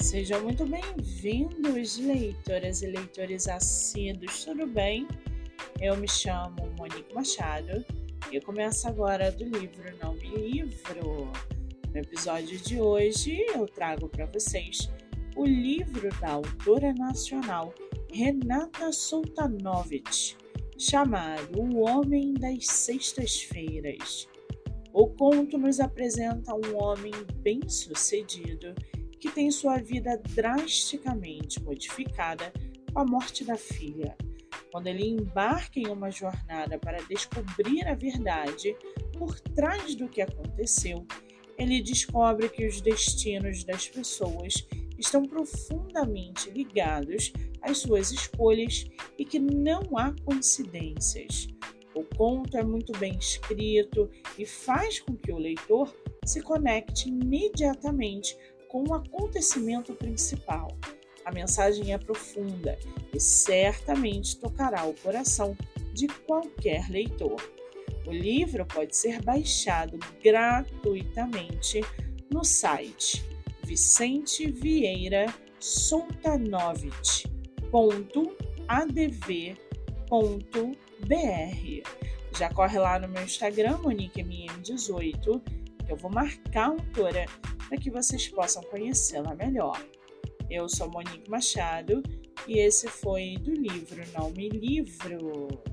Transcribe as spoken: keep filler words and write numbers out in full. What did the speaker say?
Sejam muito bem-vindos, leitoras e leitores assíduos, tudo bem? Eu me chamo Monique Machado e eu começo agora do livro Não Me Livro. No episódio de hoje eu trago para vocês o livro da autora nacional Renata Soltanovich, chamado O Homem das Sextas-Feiras. O conto nos apresenta um homem bem-sucedido que tem sua vida drasticamente modificada com a morte da filha. Quando ele embarca em uma jornada para descobrir a verdade por trás do que aconteceu, ele descobre que os destinos das pessoas estão profundamente ligados às suas escolhas e que não há coincidências. O conto é muito bem escrito e faz com que o leitor se conecte imediatamente com o acontecimento principal. A mensagem é profunda e certamente tocará o coração de qualquer leitor. O livro pode ser baixado gratuitamente no site vicente vieira soltanovich ponto a d v ponto b r. Já corre lá no meu Instagram, Monique M M dezoito, que eu vou marcar a autora para que vocês possam conhecê-la melhor. Eu sou Monique Machado e esse foi do livro Não Me Livro.